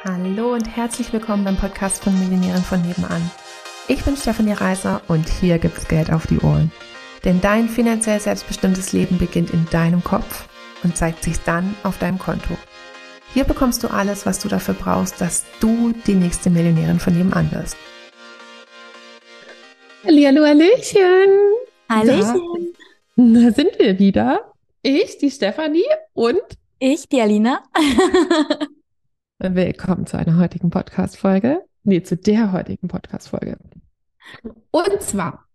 Hallo und herzlich willkommen beim Podcast von Millionären von nebenan. Ich bin Stefanie Reiser und hier gibt's Geld auf die Ohren. Denn dein finanziell selbstbestimmtes Leben beginnt in deinem Kopf und zeigt sich dann auf deinem Konto. Hier bekommst du alles, was du dafür brauchst, dass du die nächste Millionärin von nebenan wirst. Hallihallo, Hallöchen. Hallöchen. Da sind wir wieder. Ich, die Stefanie und Ich, die Alina. willkommen zu einer heutigen Podcast-Folge. Nee, zu der heutigen Podcast-Folge. Und zwar,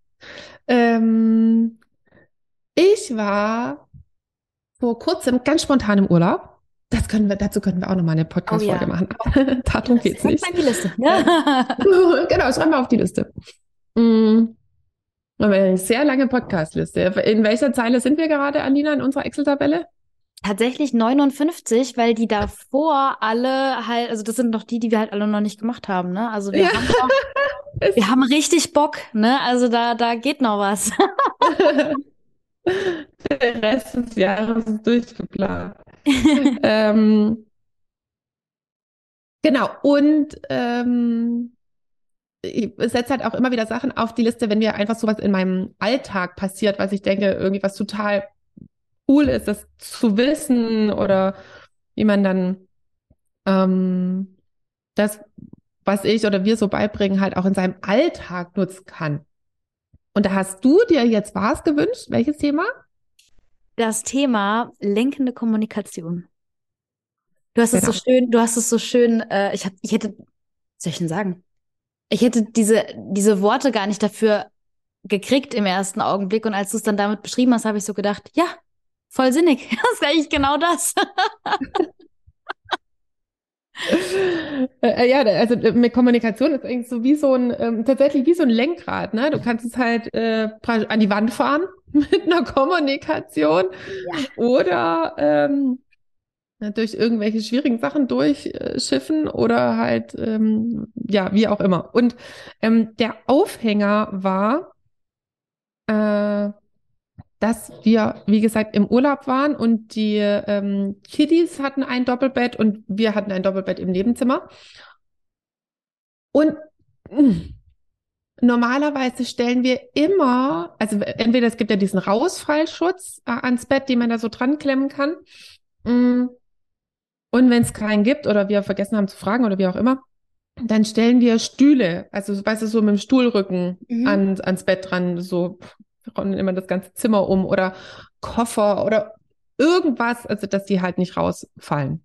ich war vor kurzem ganz spontan im Urlaub. Dazu können wir auch nochmal eine Podcast-Folge machen. Darum geht's nicht. Schreibt mal die Liste. Ja. Genau, schreib mal auf die Liste. Wir haben eine sehr lange Podcast-Liste. In welcher Zeile sind wir gerade, Alina, in unserer Excel-Tabelle? Tatsächlich 59, weil die davor alle halt, also das sind noch die wir halt alle noch nicht gemacht haben, ne? Also wir haben richtig Bock, ne? Also da geht noch was. Der Rest des Jahres ist durchgeplant. Genau, und ich setze halt auch immer wieder Sachen auf die Liste, wenn mir einfach sowas in meinem Alltag passiert, was ich denke, irgendwie was total cool ist, das zu wissen oder wie man dann das, was ich oder wir so beibringen, halt auch in seinem Alltag nutzen kann. Und da hast du dir jetzt was gewünscht? Welches Thema? Das Thema lenkende Kommunikation. Du hast es so schön, ich hätte, was soll ich denn sagen? Ich hätte diese Worte gar nicht dafür gekriegt im ersten Augenblick und als du es dann damit beschrieben hast, habe ich so gedacht, ja, voll sinnig. Das ist eigentlich genau das. Ja, also mit Kommunikation ist eigentlich so wie so ein, tatsächlich wie so ein Lenkrad, ne? Du kannst es halt an die Wand fahren mit einer Kommunikation oder durch irgendwelche schwierigen Sachen durchschiffen oder halt, ja, wie auch immer. Und der Aufhänger war, dass wir, wie gesagt, im Urlaub waren und die Kiddies hatten ein Doppelbett und wir hatten ein Doppelbett im Nebenzimmer. Und normalerweise stellen wir immer, also entweder es gibt ja diesen Rausfallschutz ans Bett, den man da so dran klemmen kann. Und wenn es keinen gibt oder wir vergessen haben zu fragen oder wie auch immer, dann stellen wir Stühle, also weißt du, so mit dem Stuhlrücken ans Bett dran, so ronnen immer das ganze Zimmer um oder Koffer oder irgendwas, also dass die halt nicht rausfallen.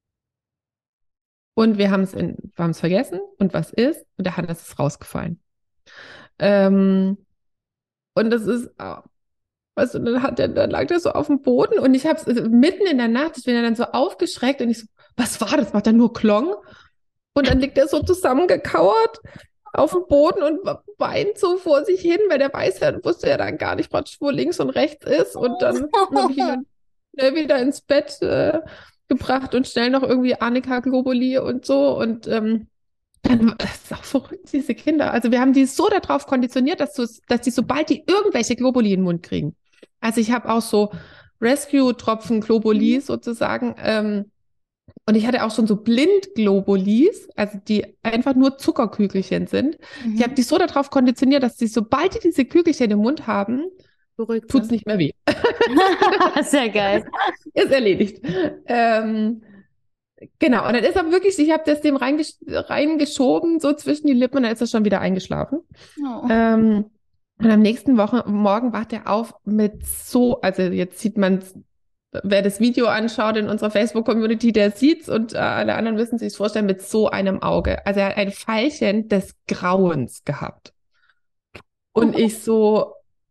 Und wir haben es vergessen und was ist? Und der Hannes ist rausgefallen. Und das ist, weißt du, dann lag der so auf dem Boden und ich habe es mitten in der Nacht, ich bin dann so aufgeschreckt und ich so, was war das? Macht er nur Klong? Und dann liegt er so zusammengekauert auf dem Boden und weint so vor sich hin, weil der wusste ja dann gar nicht praktisch, wo links und rechts ist. Und dann habe ich ihn dann schnell wieder ins Bett gebracht und schnell noch irgendwie Arnika Globuli und so. Und dann, das ist auch verrückt, diese Kinder. Also wir haben die so darauf konditioniert, dass die, sobald die irgendwelche Globuli in den Mund kriegen. Also ich habe auch so Rescue-Tropfen Globulis sozusagen, und ich hatte auch schon so Blind-Globulis, also die einfach nur Zuckerkügelchen sind. Ich habe die so darauf konditioniert, dass sie, sobald die diese Kügelchen im Mund haben, tut es nicht mehr weh. Sehr geil. Ist erledigt. Genau, und dann ist er wirklich, ich habe das dem reingeschoben, so zwischen die Lippen, und dann ist er schon wieder eingeschlafen. Oh. Und am nächsten Morgen wacht er auf mit so, also jetzt sieht man, wer das Video anschaut in unserer Facebook-Community, der sieht's und alle anderen müssen sich vorstellen, mit so einem Auge. Also er hat ein Pfeilchen des Grauens gehabt. Und ich so,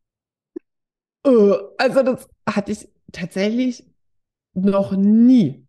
also das hatte ich tatsächlich noch nie.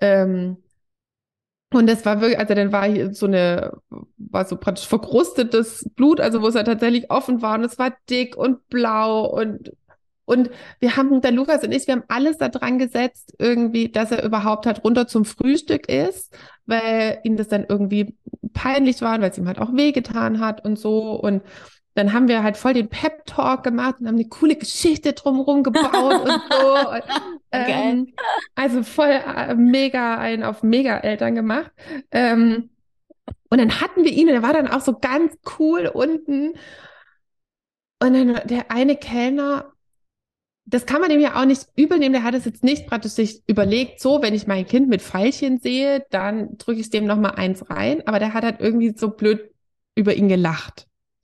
Und das war wirklich, also dann war hier war so praktisch verkrustetes Blut, also wo es ja tatsächlich offen war und es war dick und blau und wir haben, der Lukas und ich, wir haben alles da dran gesetzt, irgendwie, dass er überhaupt halt runter zum Frühstück ist, weil ihm das dann irgendwie peinlich war, weil es ihm halt auch wehgetan hat und so. Und dann haben wir halt voll den Pep-Talk gemacht und haben eine coole Geschichte drumherum gebaut und so. Geil. Also voll mega einen auf Mega-Eltern gemacht. Und dann hatten wir ihn und er war dann auch so ganz cool unten. Und dann der eine Kellner, das kann man dem ja auch nicht übel nehmen, der hat es jetzt nicht praktisch sich überlegt, so, wenn ich mein Kind mit Pfeilchen sehe, dann drücke ich dem nochmal eins rein, aber der hat halt irgendwie so blöd über ihn gelacht.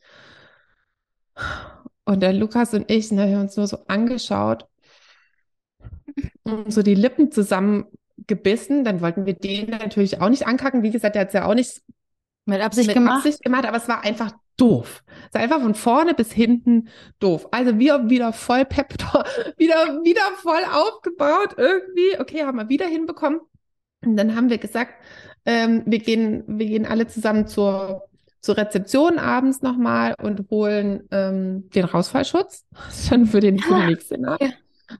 Und der Lukas und ich, ne, wir haben uns nur so angeschaut und so die Lippen zusammengebissen, dann wollten wir den natürlich auch nicht ankacken, wie gesagt, der hat es ja auch nicht Mit Absicht mit gemacht? Absicht gemacht, aber es war einfach doof. Es war einfach von vorne bis hinten doof. Also wir wieder voll wieder voll aufgebaut irgendwie. Okay, haben wir wieder hinbekommen. Und dann haben wir gesagt, wir gehen alle zusammen zur Rezeption abends nochmal und holen den Rausfallschutz schon für die nächste Nacht. Ja.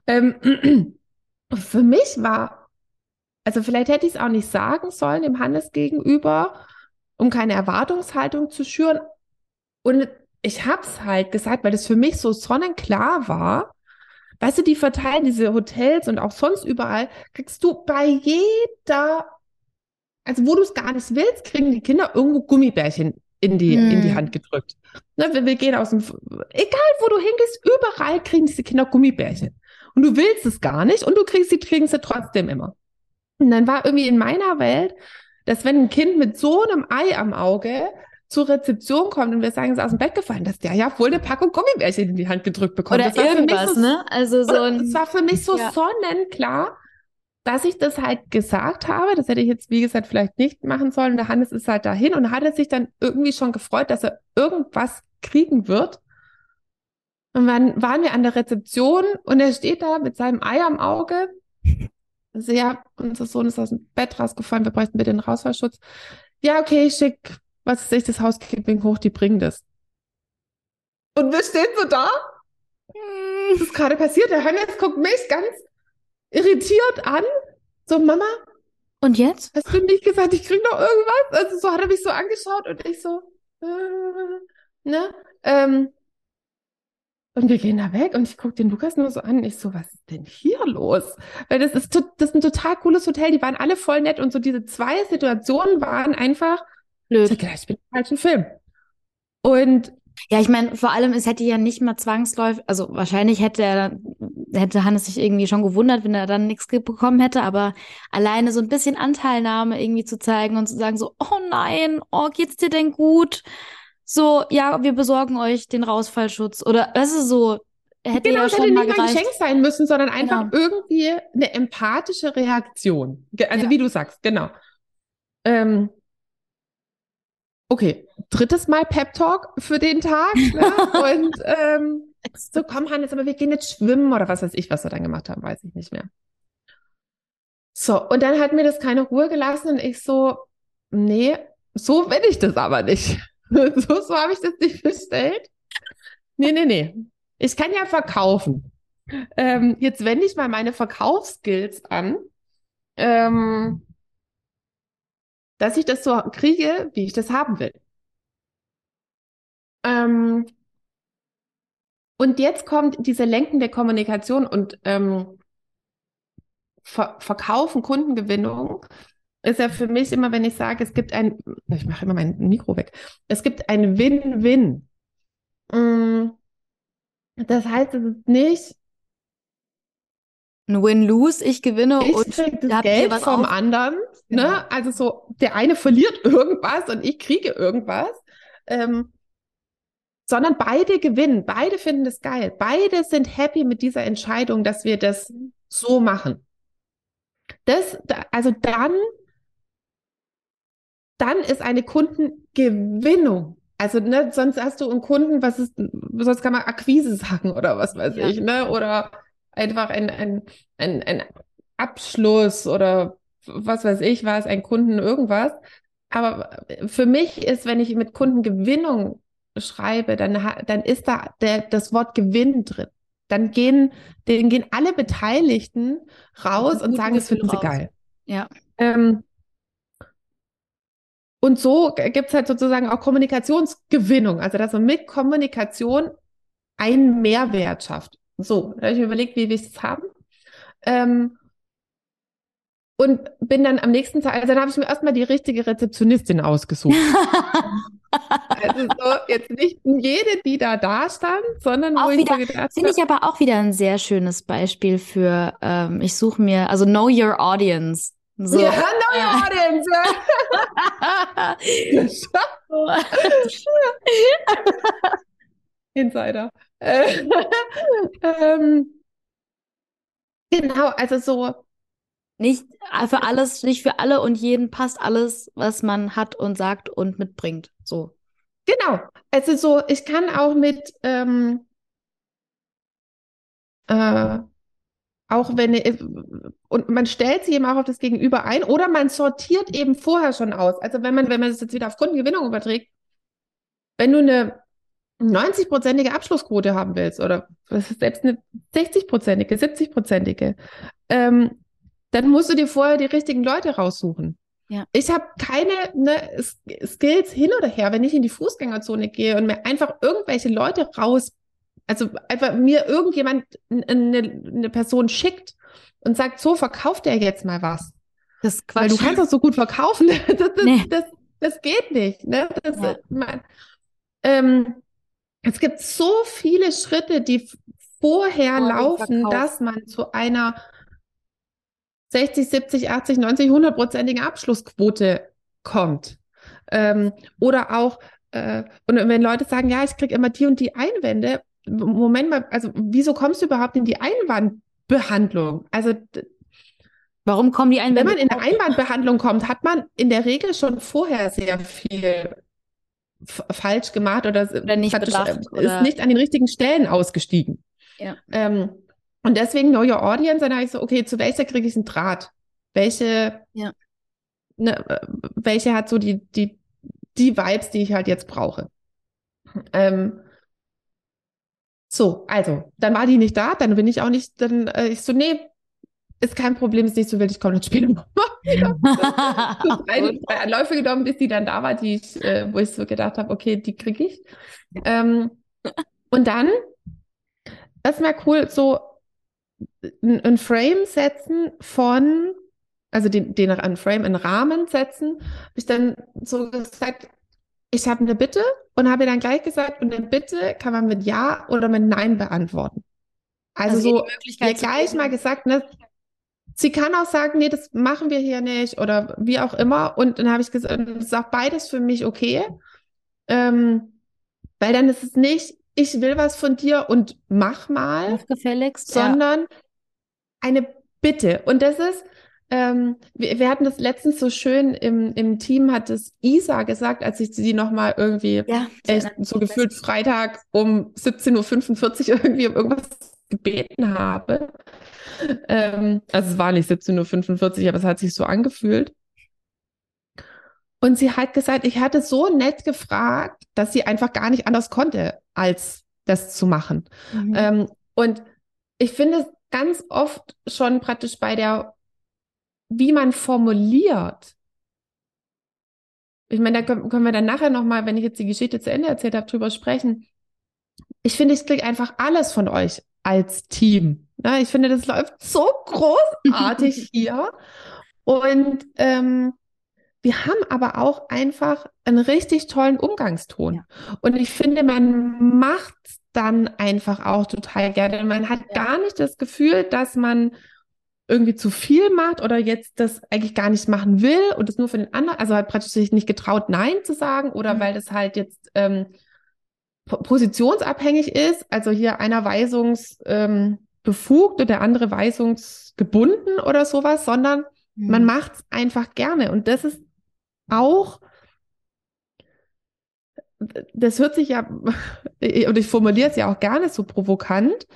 Für mich war, also vielleicht hätte ich es auch nicht sagen sollen dem Hannes gegenüber, um keine Erwartungshaltung zu schüren. Und ich habe es halt gesagt, weil das für mich so sonnenklar war. Weißt du, die verteilen diese Hotels und auch sonst überall, kriegst du bei jeder, also wo du es gar nicht willst, kriegen die Kinder irgendwo Gummibärchen in die Hand gedrückt. Ne, wir gehen egal wo du hingehst, überall kriegen diese Kinder Gummibärchen. Und du willst es gar nicht und kriegen sie trotzdem immer. Und dann war irgendwie in meiner Welt, dass wenn ein Kind mit so einem Ei am Auge zur Rezeption kommt und wir sagen, es ist aus dem Bett gefallen, dass der ja wohl eine Packung Gummibärchen in die Hand gedrückt bekommt. Oder das war irgendwas, für mich so, ne? Also so das war für mich so sonnenklar, dass ich das halt gesagt habe. Das hätte ich jetzt, wie gesagt, vielleicht nicht machen sollen. Und der Hannes ist halt dahin und hat sich dann irgendwie schon gefreut, dass er irgendwas kriegen wird. Und dann waren wir an der Rezeption und er steht da mit seinem Ei am Auge. Also ja, unser Sohn ist aus dem Bett rausgefallen, wir bräuchten bitte den Rausfallschutz. Ja, okay, ich schicke, was weiß ich, das Housekeeping hoch, die bringen das. Und wir stehen so da. Das ist gerade passiert. Der Hannes guckt mich ganz irritiert an. So, Mama, und jetzt? hast du nicht gesagt, ich krieg noch irgendwas? Also so hat er mich so angeschaut und ich so, ne? Und wir gehen da weg und ich gucke den Lukas nur so an und ich so, was ist denn hier los? Weil das ist ein total cooles Hotel, die waren alle voll nett und so diese zwei Situationen waren einfach, Blöd. ich bin im falschen Film. Und Ja, ich meine, vor allem, es hätte ja nicht mal zwangsläufig, also wahrscheinlich hätte Hannes sich irgendwie schon gewundert, wenn er dann nichts bekommen hätte, aber alleine so ein bisschen Anteilnahme irgendwie zu zeigen und zu sagen so, oh nein, oh, geht's dir denn gut? So, ja, wir besorgen euch den Rausfallschutz oder, weißt du, so, hätte genau, ja es schon hätte mal nicht mal ein gereicht. Geschenk sein müssen, sondern einfach Genau. irgendwie eine empathische Reaktion. Also Ja. wie du sagst, genau. Okay, drittes Mal Pep Talk für den Tag. Ne? Und so, komm Hannes, aber wir gehen jetzt schwimmen oder was weiß ich, was wir dann gemacht haben, weiß ich nicht mehr. So, und dann hat mir das keine Ruhe gelassen und ich so, nee, so will ich das aber nicht. So habe ich das nicht bestellt. Nee. Ich kann ja verkaufen. Jetzt wende ich mal meine Verkaufsskills an, dass ich das so kriege, wie ich das haben will. Und jetzt kommt diese lenkende Kommunikation und Verkaufen, Kundengewinnung ist ja für mich immer, wenn ich sage, ich mache immer mein Mikro weg, es gibt ein Win-Win. Das heißt, es ist nicht, Ein Win-Lose, ich gewinne ich und kriege das habt ihr Geld was vom auf. anderen, Genau. ne? Also so, der eine verliert irgendwas und ich kriege irgendwas, sondern beide gewinnen, beide finden das geil, beide sind happy mit dieser Entscheidung, dass wir das so machen. Also dann ist eine Kundengewinnung. Also, ne, sonst hast du einen Kunden, sonst kann man Akquise sagen oder was weiß Ja. ich, ne? Oder einfach ein Abschluss oder was weiß ich was, ein Kunden irgendwas. Aber für mich ist, wenn ich mit Kundengewinnung schreibe, dann ist da das Wort Gewinn drin. Denen gehen alle Beteiligten raus und sagen, das finden sie geil. Ja. Und so gibt es halt sozusagen auch Kommunikationsgewinnung, also dass man mit Kommunikation einen Mehrwert schafft. So, da habe ich mir überlegt, wie will ich das haben? Und bin dann am nächsten Tag, also dann habe ich mir erstmal die richtige Rezeptionistin ausgesucht. Also so jetzt nicht jede, die da stand, sondern Auch wo ich wieder, so gedacht finde habe, ich aber auch wieder ein sehr schönes Beispiel für, ich suche mir, also know your audience. So. ja, know your audience. Insider. Ähm, genau, also so, Nicht für alles, nicht für alle und jeden passt alles, was man hat und sagt und mitbringt. So. genau. Also so, ich kann auch mit, äh, auch wenn, und man stellt sich eben auch auf das Gegenüber ein oder man sortiert eben vorher schon aus. Also wenn man das jetzt wieder auf Kundengewinnung überträgt, wenn du eine 90-prozentige Abschlussquote haben willst oder selbst eine 60-prozentige, 70-prozentige, dann musst du dir vorher die richtigen Leute raussuchen. Ja. Ich habe keine Skills hin oder her, wenn ich in die Fußgängerzone gehe und mir einfach irgendwelche Leute also einfach mir irgendjemand eine Person schickt und sagt, so verkauft er jetzt mal was. Das ist Weil du Quatsch. kannst das so gut verkaufen. Nee. Das geht nicht. Ne? Ja. Es gibt so viele Schritte, die vorher Vor dem laufen, Verkauf. dass man zu einer 60, 70, 80, 90, 100-prozentigen Abschlussquote kommt. Oder auch, und wenn Leute sagen, ja, ich kriege immer die und die Einwände, Moment mal, also wieso kommst du überhaupt in die Einwandbehandlung? Also Warum kommen die wenn Einwände? man in eine Einwandbehandlung kommt, hat man in der Regel schon vorher sehr viel falsch gemacht oder nicht praktisch, bedacht, ist oder? nicht an den richtigen Stellen ausgestiegen. Ja. Und deswegen Know Your Audience, dann habe ich so, okay, zu welcher kriege ich einen Draht? Welche, Ja. welche hat so die Vibes, die ich halt jetzt brauche? So, also, dann war die nicht da, dann bin ich auch nicht, dann ich so, nee, ist kein Problem, ist nicht so wild, ich komme dann später mal wieder. So drei Anläufe genommen, bis die dann da war, wo ich so gedacht habe, okay, die kriege ich. Und dann, das ist mal cool, so ein Frame setzen von, also einen Frame, einen Rahmen setzen, habe ich dann so gesagt, ich habe eine Bitte und habe dann gleich gesagt, und eine Bitte kann man mit Ja oder mit Nein beantworten. Also ihr so, die Möglichkeit mir zu gleich geben. mal gesagt, ne, sie kann auch sagen, nee, das machen wir hier nicht oder wie auch immer. Und dann habe ich gesagt, das ist auch beides für mich okay. Weil dann ist es nicht, ich will was von dir und mach mal, Aufgefälligst, ja. sondern eine Bitte. Und das ist, wir hatten das letztens so schön im Team, hat es Isa gesagt, als ich sie nochmal irgendwie Ja, echt so gefühlt Freitag um 17:45 Uhr irgendwie um irgendwas gebeten habe. Also es war nicht 17:45 Uhr, aber es hat sich so angefühlt. Und sie hat gesagt, ich hatte so nett gefragt, dass sie einfach gar nicht anders konnte, als das zu machen. Und ich finde es ganz oft schon praktisch wie man formuliert. Ich meine, da können wir dann nachher nochmal, wenn ich jetzt die Geschichte zu Ende erzählt habe, drüber sprechen. Ich finde, ich kriege einfach alles von euch als Team. Ne? Ich finde, das läuft so großartig hier. Und wir haben aber auch einfach einen richtig tollen Umgangston. Ja. Und ich finde, man macht es dann einfach auch total gerne. Man hat gar nicht das Gefühl, dass man irgendwie zu viel macht oder jetzt das eigentlich gar nicht machen will und das nur für den anderen, also halt praktisch sich nicht getraut, Nein zu sagen oder weil das halt jetzt positionsabhängig ist. Also hier einer weisungsbefugt und der andere weisungsgebunden oder sowas, sondern man macht es einfach gerne. Und das ist auch, das hört sich ja, und ich formuliere es ja auch gerne so provokant,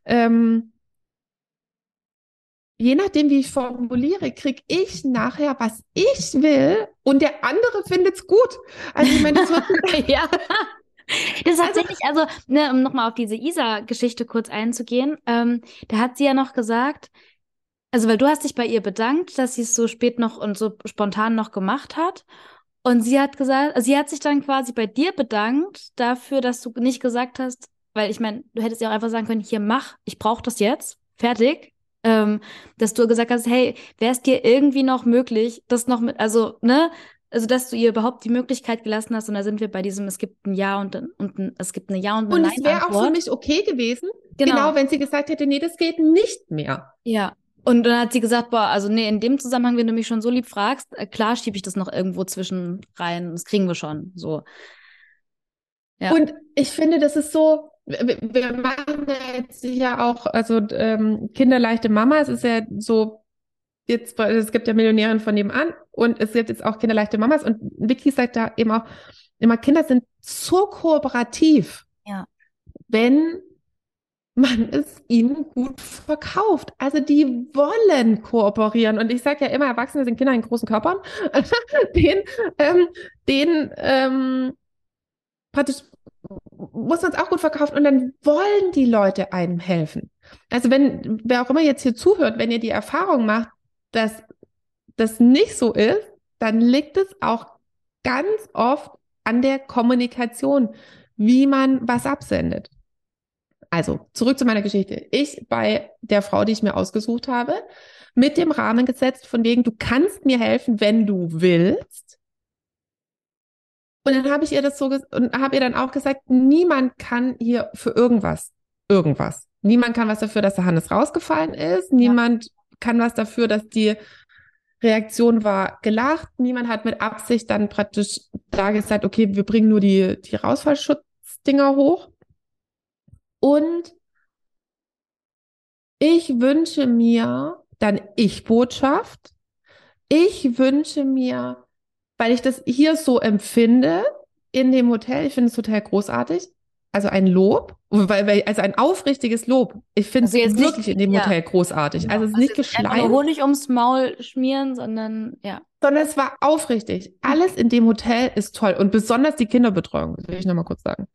je nachdem, wie ich formuliere, kriege ich nachher, was ich will und der andere findet es gut. Also ich meine, das wird ja. Das ist tatsächlich, also, ne, um nochmal auf diese Isa-Geschichte kurz einzugehen, da hat sie ja noch gesagt, also weil du hast dich bei ihr bedankt, dass sie es so spät noch und so spontan noch gemacht hat. Und sie hat gesagt, also sie hat sich dann quasi bei dir bedankt dafür, dass du nicht gesagt hast, weil ich meine, du hättest ja auch einfach sagen können, hier mach, ich brauche das jetzt, fertig. dass du gesagt hast, hey, wäre es dir irgendwie noch möglich, das noch mit, also, ne, also, dass du ihr überhaupt die Möglichkeit gelassen hast, und da sind wir bei diesem, es gibt ein Ja es gibt eine Ja- und eine Und es wäre auch für Nein-Antwort. mich okay gewesen, Genau. genau, wenn sie gesagt hätte, nee, das geht nicht mehr. Ja. Und dann hat sie gesagt, boah, also nee, in dem Zusammenhang, wenn du mich schon so lieb fragst, klar schiebe ich das noch irgendwo zwischen rein, das kriegen wir schon, so. Ja. Und ich finde, das ist so, wir machen ja jetzt ja auch, also kinderleichte Mama, es ist ja so, jetzt, es gibt ja Millionärin von nebenan und es gibt jetzt auch kinderleichte Mamas und Vicky sagt da eben auch immer, Kinder sind so kooperativ, Ja. wenn man es ihnen gut verkauft. Also die wollen kooperieren. Und ich sage ja immer, Erwachsene sind Kinder in großen Körpern. Den praktisch muss man es auch gut verkaufen und dann wollen die Leute einem helfen. Also wenn, wer auch immer jetzt hier zuhört, wenn ihr die Erfahrung macht, dass das nicht so ist, dann liegt es auch ganz oft an der Kommunikation, wie man was absendet. Also, zurück zu meiner Geschichte. Ich bei der Frau, die ich mir ausgesucht habe, mit dem Rahmen gesetzt, von wegen, du kannst mir helfen, wenn du willst. Und dann habe ich ihr das so und habe ihr dann auch gesagt, niemand kann hier für irgendwas. Niemand kann was dafür, dass der Hannes rausgefallen ist. Niemand kann was dafür, dass die Reaktion war gelacht. Niemand hat mit Absicht dann praktisch da gesagt, okay, wir bringen nur die Rausfallschutzdinger hoch. Und ich wünsche mir dann Ich-Botschaft. Ich wünsche mir, weil ich das hier so empfinde in dem Hotel, ich finde das Hotel großartig, also ein Lob, also ein aufrichtiges Lob. Ich finde Also es jetzt wirklich nicht, in dem ja, Hotel großartig. genau. Also es ist Also nicht jetzt nicht einfach nur geschleimt, Honig ums Maul schmieren, sondern ja. sondern es war aufrichtig. Alles in dem Hotel ist toll und besonders die Kinderbetreuung, das will ich nochmal kurz sagen.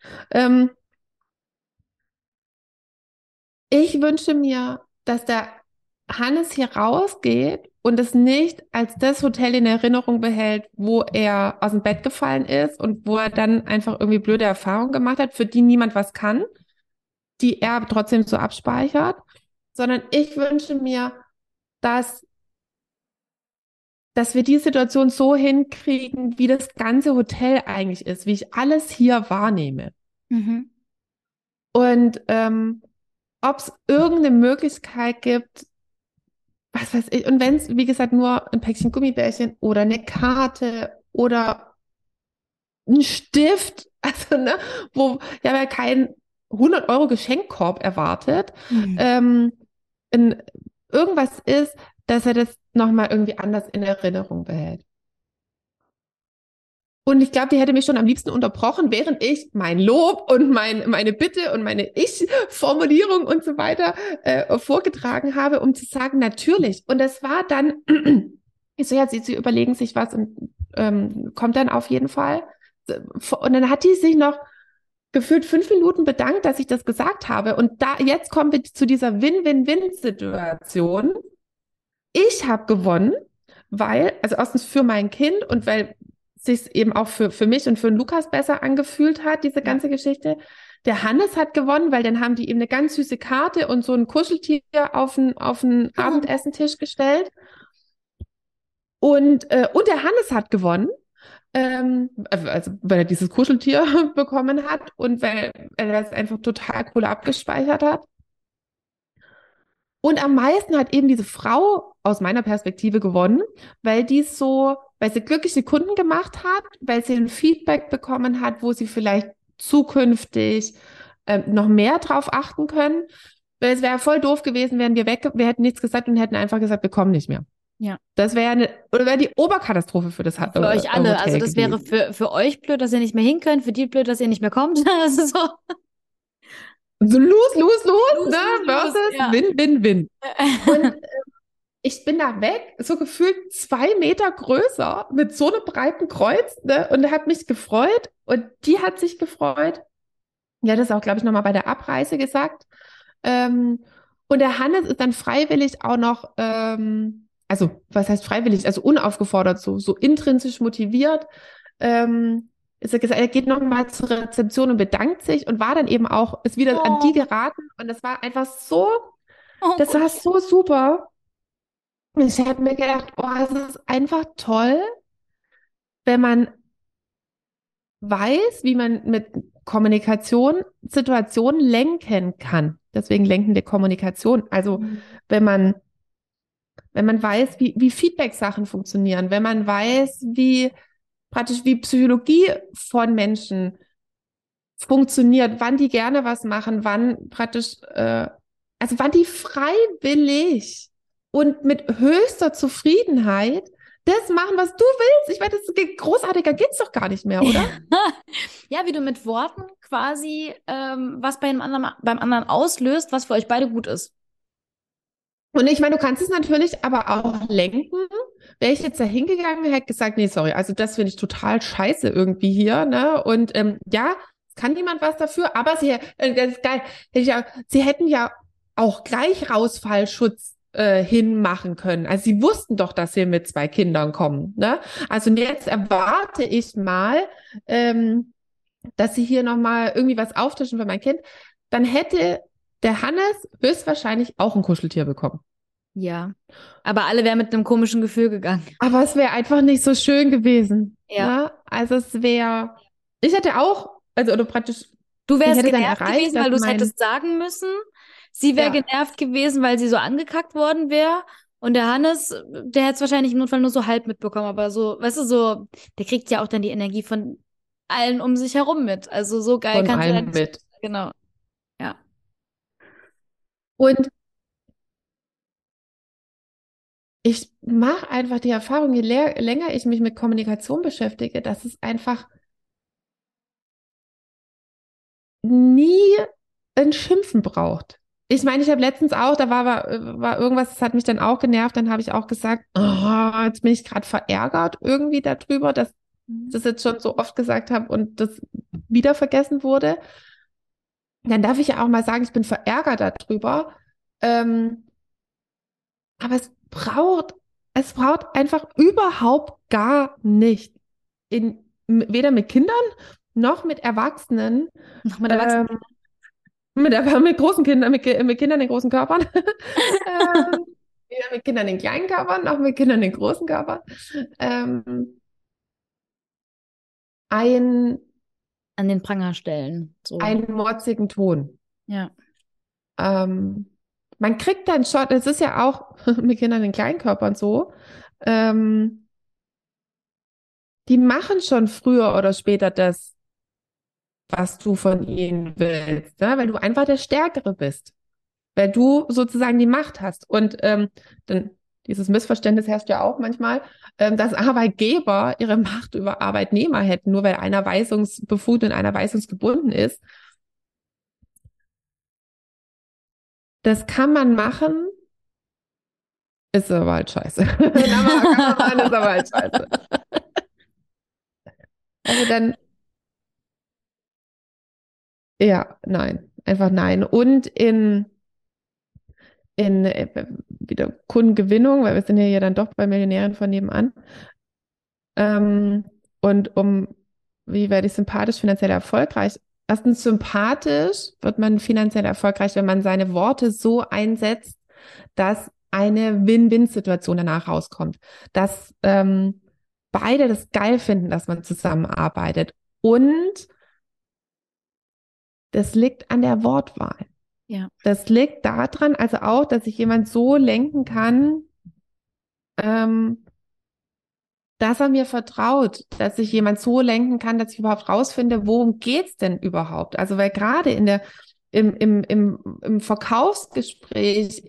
Ich wünsche mir, dass der Hannes hier rausgeht und es nicht als das Hotel in Erinnerung behält, wo er aus dem Bett gefallen ist und wo er dann einfach irgendwie blöde Erfahrungen gemacht hat, für die niemand was kann, die er trotzdem so abspeichert, sondern ich wünsche mir, dass, dass wir die Situation so hinkriegen, wie das ganze Hotel eigentlich ist, wie ich alles hier wahrnehme. Mhm. Und ob es irgendeine Möglichkeit gibt, was weiß ich, und wenn es, wie gesagt, nur ein Päckchen Gummibärchen oder eine Karte oder ein Stift, also, ne, ich habe ja keinen 100 € Geschenkkorb erwartet, Mhm. in, irgendwas ist, dass er das nochmal irgendwie anders in Erinnerung behält. Und ich glaube, die hätte mich schon am liebsten unterbrochen, während ich mein Lob und meine Bitte und meine Ich-Formulierung und so weiter vorgetragen habe, um zu sagen, natürlich. Und das war dann, ich so, ja, sie überlegen sich was und kommt dann auf jeden Fall. Und dann hat die sich noch gefühlt 5 Minuten bedankt, dass ich das gesagt habe. Und jetzt kommen wir zu dieser Win-Win-Win-Situation. Ich habe gewonnen, weil, also erstens für mein Kind und weil sich eben auch für mich und für den Lukas besser angefühlt hat, diese ganze Geschichte. Der Hannes hat gewonnen, weil dann haben die ihm eine ganz süße Karte und so ein Kuscheltier auf den Abendessentisch gestellt. Und der Hannes hat gewonnen, also weil er dieses Kuscheltier bekommen hat und weil er das einfach total cool abgespeichert hat. Und am meisten hat eben diese Frau aus meiner Perspektive gewonnen, weil sie glückliche Kunden gemacht hat, weil sie ein Feedback bekommen hat, wo sie vielleicht zukünftig noch mehr drauf achten können. Weil es wäre voll doof gewesen, wären wir hätten nichts gesagt und hätten einfach gesagt, wir kommen nicht mehr. Ja. Das wäre die Oberkatastrophe für das Für euch alle. Hotel Also das gewesen. wäre für euch blöd, dass ihr nicht mehr hin könnt, für die blöd, dass ihr nicht mehr kommt. Also so. So lose, Lose, ne? lose, Versus lose, ja. Win, Win, Win. Und ich bin da weg, so gefühlt 2 Meter größer, mit so einem breiten Kreuz, ne? Und habe mich gefreut und die hat sich gefreut. Die hat das auch, glaube ich, nochmal bei der Abreise gesagt. Und der Hannes ist dann freiwillig auch noch, also was heißt freiwillig, also unaufgefordert, so intrinsisch motiviert, ist er gesagt, er geht nochmal zur Rezeption und bedankt sich und war dann eben auch, ist wieder an die geraten und das war einfach so Oh Das Gott. war so super. Ich habe mir gedacht, oh, es ist einfach toll, wenn man weiß, wie man mit Kommunikation Situationen lenken kann. Deswegen lenkende Kommunikation. Also wenn man, wenn man weiß, wie Feedback-Sachen funktionieren, wenn man weiß, wie Psychologie von Menschen funktioniert, wann die gerne was machen, also wann die freiwillig und mit höchster Zufriedenheit das machen, was du willst. Ich meine, großartiger geht's doch gar nicht mehr, oder? Ja, wie du mit Worten quasi was beim anderen auslöst, was für euch beide gut ist. Und ich meine, du kannst es natürlich aber auch lenken. Wäre ich jetzt da hingegangen, hätte gesagt, nee, sorry, also das finde ich total scheiße irgendwie hier, ne? Und ja, es kann niemand was dafür, aber das ist geil, sie hätten ja auch gleich Rausfallschutz hinmachen können. Also sie wussten doch, dass wir mit 2 Kindern kommen, ne? Also jetzt erwarte ich mal, dass sie hier nochmal irgendwie was auftischen für mein Kind. Dann hätte der Hannes höchstwahrscheinlich auch ein Kuscheltier bekommen. Ja. Aber alle wären mit einem komischen Gefühl gegangen. Aber es wäre einfach nicht so schön gewesen. Ja. Ne? Also ich hätte auch, also oder praktisch, Du ich wärst hätte dann genervt erreicht, gewesen, dass weil du es mein, hättest sagen müssen. Sie wäre ja, genervt gewesen, weil sie so angekackt worden wäre. Und der Hannes, der hätte es wahrscheinlich im Notfall nur so halb mitbekommen. Aber so, weißt du, so, der kriegt ja auch dann die Energie von allen um sich herum mit. Also so geil von kannst du allem dann. mit. Genau. Ja. Und ich mache einfach die Erfahrung, je länger ich mich mit Kommunikation beschäftige, dass es einfach nie ein Schimpfen braucht. Ich meine, ich habe letztens auch, war irgendwas, das hat mich dann auch genervt, dann habe ich auch gesagt, oh, jetzt bin ich gerade verärgert irgendwie darüber, dass ich das jetzt schon so oft gesagt habe und das wieder vergessen wurde. Dann darf ich ja auch mal sagen, ich bin verärgert darüber. Ähm, aber es braucht einfach überhaupt gar nicht. Weder mit Kindern noch mit Erwachsenen. Noch mit Erwachsenen. Ähm, mit großen Kindern, mit Kindern in großen Körpern. Weder mit Kindern in kleinen Körpern, noch mit Kindern in großen Körpern. Ähm, ein, An den Pranger stellen. So. einen motzigen Ton. Ja. Man kriegt dann schon, es ist ja auch mit Kindern in kleinen Körpern so, ähm, die machen schon früher oder später das, was du von ihnen willst, ne? Weil du einfach der Stärkere bist. Weil du sozusagen die Macht hast. Und dann dieses Missverständnis herrscht ja auch manchmal, dass Arbeitgeber ihre Macht über Arbeitnehmer hätten, nur weil einer weisungsbefugt und einer weisungsgebunden ist. Das kann man machen, ist aber halt scheiße. Kann man machen, ist aber halt scheiße. Also dann, ja, nein, einfach nein. Und wieder Kundengewinnung, weil wir sind ja dann doch bei Millionären von nebenan. Ähm, und wie werde ich sympathisch, finanziell erfolgreich? Erstens, sympathisch wird man finanziell erfolgreich, wenn man seine Worte so einsetzt, dass eine Win-Win-Situation danach rauskommt. Dass beide das geil finden, dass man zusammenarbeitet. Und das liegt an der Wortwahl. Ja. Das liegt daran, also auch, dass ich jemand so lenken kann, dass er mir vertraut, dass ich jemand so lenken kann, dass ich überhaupt rausfinde, worum geht's denn überhaupt? Also weil gerade im Verkaufsgespräch,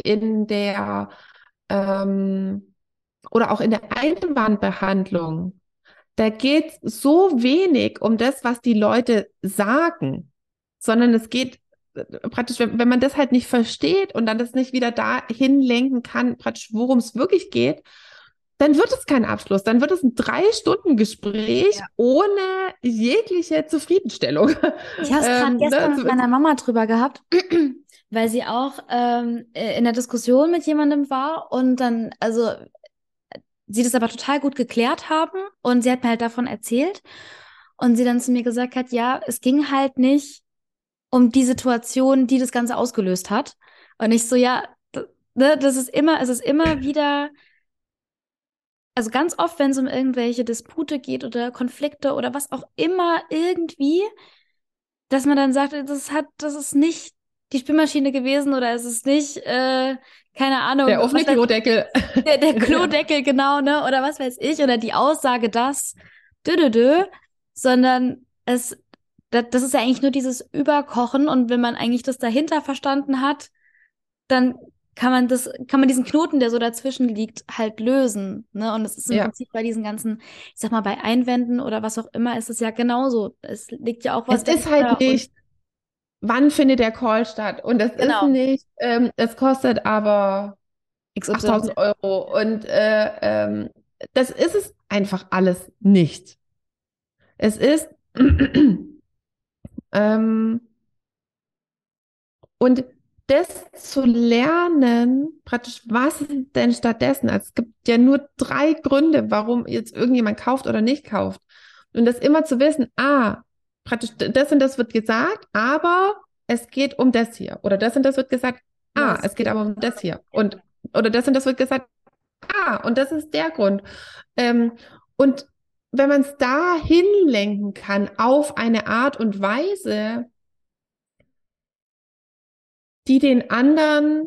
oder auch in der Einwandbehandlung, da geht's so wenig um das, was die Leute sagen, sondern es geht praktisch, wenn man das halt nicht versteht und dann das nicht wieder dahin lenken kann, praktisch, worum es wirklich geht, dann wird es kein Abschluss. Dann wird es ein 3-Stunden-Gespräch ohne jegliche Zufriedenstellung. Ich habe es gerade gestern mit Ne? meiner Mama drüber gehabt, weil sie auch in der Diskussion mit jemandem war und dann, also sie das aber total gut geklärt haben und sie hat mir halt davon erzählt und sie dann zu mir gesagt hat, ja, es ging halt nicht um die Situation, die das Ganze ausgelöst hat. Und ich so, ja, ne, es ist immer wieder, also ganz oft, wenn es um irgendwelche Dispute geht oder Konflikte oder was auch immer irgendwie, dass man dann sagt, das ist nicht die Spülmaschine gewesen oder es ist nicht, keine Ahnung, Der offene Klodeckel. der Klodeckel, genau, ne, oder was weiß ich, oder die Aussage, dö, sondern das ist ja eigentlich nur dieses Überkochen und wenn man eigentlich das dahinter verstanden hat, dann kann man diesen Knoten, der so dazwischen liegt, halt lösen, ne? Und es ist im Ja. Prinzip bei diesen ganzen, ich sag mal, bei Einwänden oder was auch immer, ist es ja genauso. Es liegt ja auch was Es ist dahinter halt nicht, wann findet der Call statt? Und es ist genau, nicht, es kostet aber XY. 8.000 Euro. Und das ist es einfach alles nicht. Es ist, und das zu lernen, praktisch, was ist denn stattdessen? Also es gibt ja nur 3 Gründe, warum jetzt irgendjemand kauft oder nicht kauft. Und das immer zu wissen, praktisch das und das wird gesagt, aber es geht um das hier. Oder das und das wird gesagt, es geht aber um das hier. Oder das und das wird gesagt, und das ist der Grund. Und wenn man es da hinlenken kann auf eine Art und Weise, die den anderen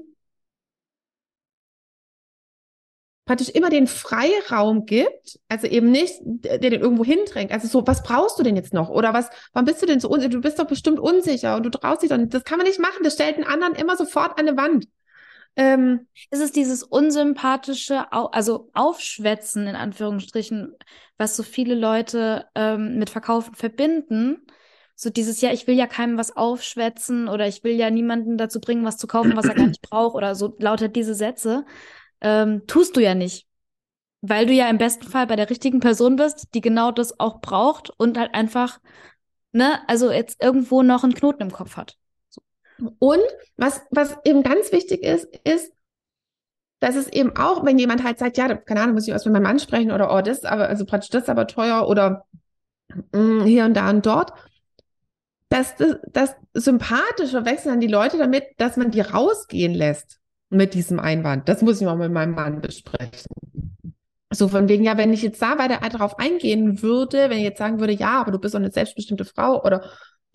praktisch immer den Freiraum gibt, also eben nicht, der den irgendwo hindrängt. Also so, was brauchst du denn jetzt noch? Oder warum bist du denn so unsicher? Du bist doch bestimmt unsicher und du traust dich doch nicht. Das kann man nicht machen. Das stellt den anderen immer sofort an eine Wand. Es ist dieses unsympathische, also Aufschwätzen in Anführungsstrichen, was so viele Leute mit Verkaufen verbinden. So dieses, ja, ich will ja keinem was aufschwätzen oder ich will ja niemanden dazu bringen, was zu kaufen, was er gar nicht braucht oder so lauter diese Sätze. Tust du ja nicht. Weil du ja im besten Fall bei der richtigen Person bist, die genau das auch braucht und halt einfach, ne, also jetzt irgendwo noch einen Knoten im Kopf hat. Und was eben ganz wichtig ist, dass es eben auch, wenn jemand halt sagt, ja, keine Ahnung, muss ich was mit meinem Mann sprechen oder das ist aber, also praktisch das ist aber teuer oder hier und da und dort, dass das Sympathische wechseln dann die Leute damit, dass man die rausgehen lässt mit diesem Einwand. Das muss ich mal mit meinem Mann besprechen. So von wegen, ja, wenn ich jetzt da weiter darauf eingehen würde, wenn ich jetzt sagen würde, ja, aber du bist doch eine selbstbestimmte Frau oder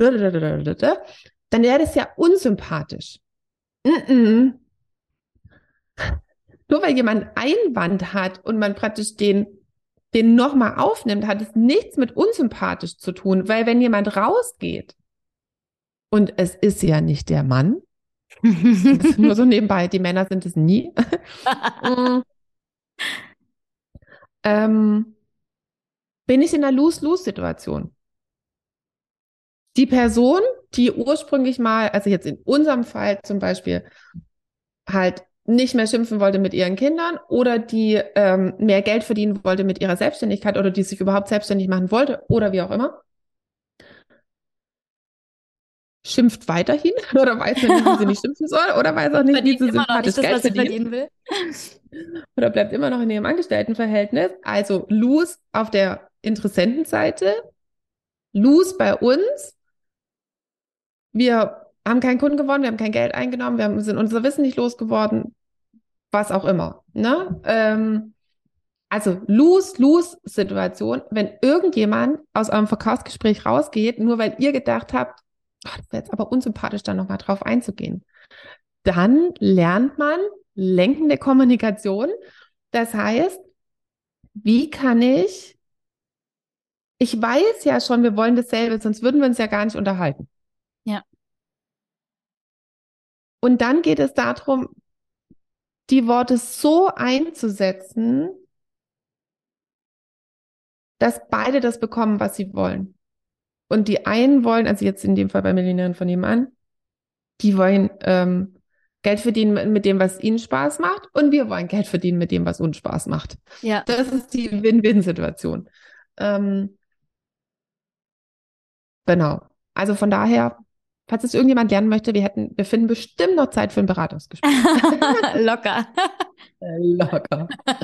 dann wäre das ja unsympathisch. Mm-mm. Nur weil jemand einen Einwand hat und man praktisch den nochmal aufnimmt, hat es nichts mit unsympathisch zu tun, weil wenn jemand rausgeht und es ist ja nicht der Mann, nur so nebenbei, die Männer sind es nie, bin ich in einer Lose-Lose-Situation. Die Person, die ursprünglich mal, also jetzt in unserem Fall zum Beispiel, halt nicht mehr schimpfen wollte mit ihren Kindern oder die mehr Geld verdienen wollte mit ihrer Selbstständigkeit oder die sich überhaupt selbstständig machen wollte oder wie auch immer, schimpft weiterhin oder weiß nicht, wie sie nicht schimpfen soll oder weiß auch nicht, wie sie sympathisch Geld verdienen will. oder bleibt immer noch in ihrem Angestelltenverhältnis. Also lose auf der Interessentenseite, lose bei uns. Wir haben keinen Kunden gewonnen, wir haben kein Geld eingenommen, sind unser Wissen nicht losgeworden, was auch immer. Ne? Also Lose-Lose-Situation, wenn irgendjemand aus eurem Verkaufsgespräch rausgeht, nur weil ihr gedacht habt, das wäre jetzt aber unsympathisch, da nochmal drauf einzugehen. Dann lernt man lenkende Kommunikation. Das heißt, wie kann ich weiß ja schon, wir wollen dasselbe, sonst würden wir uns ja gar nicht unterhalten. Ja. Und dann geht es darum, die Worte so einzusetzen, dass beide das bekommen, was sie wollen. Und die einen wollen, also jetzt in dem Fall bei Millionären von nebenan, die wollen Geld verdienen mit dem, was ihnen Spaß macht, und wir wollen Geld verdienen mit dem, was uns Spaß macht. Ja. Das ist die Win-Win-Situation. Genau. Also von daher, falls es irgendjemand lernen möchte, wir finden bestimmt noch Zeit für ein Beratungsgespräch. Locker. Locker.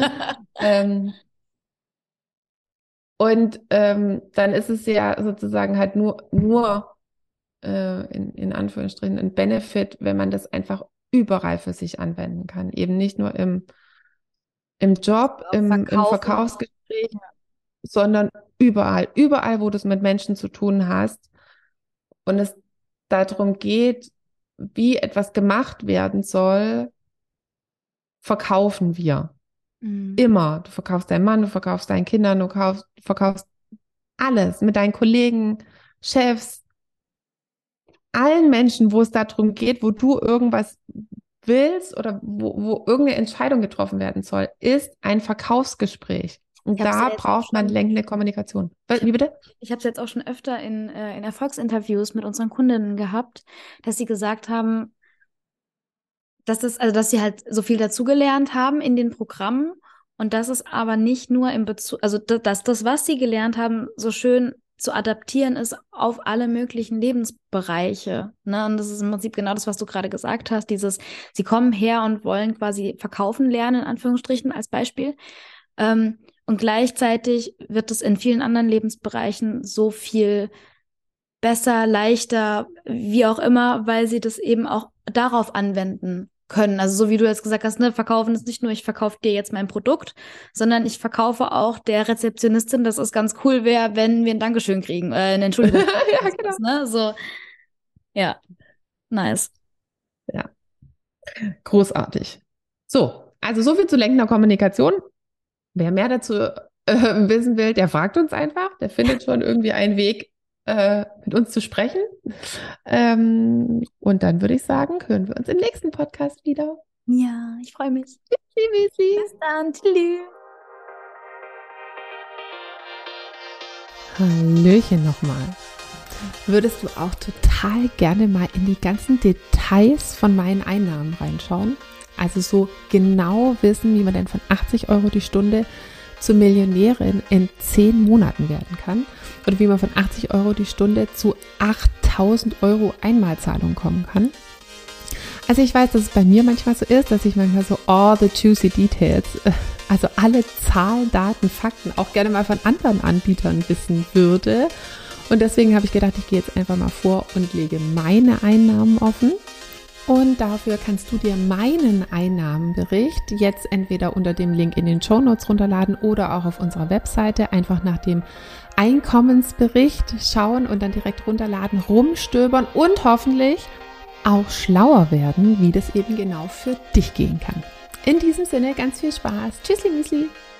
Und dann ist es ja sozusagen halt nur in Anführungsstrichen ein Benefit, wenn man das einfach überall für sich anwenden kann. Eben nicht nur im Job, im Verkaufsgespräch, sondern überall, wo du es mit Menschen zu tun hast und es darum geht, wie etwas gemacht werden soll, verkaufen wir. Immer. Du verkaufst deinen Mann, du verkaufst deinen Kindern, du verkaufst alles mit deinen Kollegen, Chefs, allen Menschen, wo es darum geht, wo du irgendwas willst oder wo irgendeine Entscheidung getroffen werden soll, ist ein Verkaufsgespräch. Und da braucht man lenkende Kommunikation. Wie bitte? Ich habe es jetzt auch schon öfter in Erfolgsinterviews mit unseren Kundinnen gehabt, dass sie gesagt haben, dass sie halt so viel dazugelernt haben in den Programmen und dass es aber nicht nur im Bezug, also dass das, was sie gelernt haben, so schön zu adaptieren ist auf alle möglichen Lebensbereiche. Ne? Und das ist im Prinzip genau das, was du gerade gesagt hast, sie kommen her und wollen quasi verkaufen lernen, in Anführungsstrichen als Beispiel. Und gleichzeitig wird es in vielen anderen Lebensbereichen so viel besser, leichter, wie auch immer, weil sie das eben auch darauf anwenden können. Also so wie du jetzt gesagt hast, ne, verkaufen ist nicht nur, ich verkaufe dir jetzt mein Produkt, sondern ich verkaufe auch der Rezeptionistin, dass es ganz cool wäre, wenn wir ein Dankeschön kriegen, eine Entschuldigung. Ja, genau. Ne? So, ja, nice. Ja, großartig. So, also so viel zu lenkender Kommunikation. Wer mehr dazu wissen will, der fragt uns einfach. Der findet schon irgendwie einen Weg, mit uns zu sprechen. Und dann würde ich sagen, hören wir uns im nächsten Podcast wieder. Ja, ich freue mich. Bis dann. Tschüss. Hallöchen nochmal. Würdest du auch total gerne mal in die ganzen Details von meinen Einnahmen reinschauen? Also so genau wissen, wie man denn von 80 € die Stunde zur Millionärin in 10 Monaten werden kann oder wie man von 80 € die Stunde zu 8.000 € Einmalzahlung kommen kann. Also ich weiß, dass es bei mir manchmal so ist, dass ich manchmal so all the juicy details, also alle Zahlen, Daten, Fakten auch gerne mal von anderen Anbietern wissen würde. Und deswegen habe ich gedacht, ich gehe jetzt einfach mal vor und lege meine Einnahmen offen. Und dafür kannst du dir meinen Einnahmenbericht jetzt entweder unter dem Link in den Shownotes runterladen oder auch auf unserer Webseite einfach nach dem Einkommensbericht schauen und dann direkt runterladen, rumstöbern und hoffentlich auch schlauer werden, wie das eben genau für dich gehen kann. In diesem Sinne ganz viel Spaß. Tschüssli, Müsli.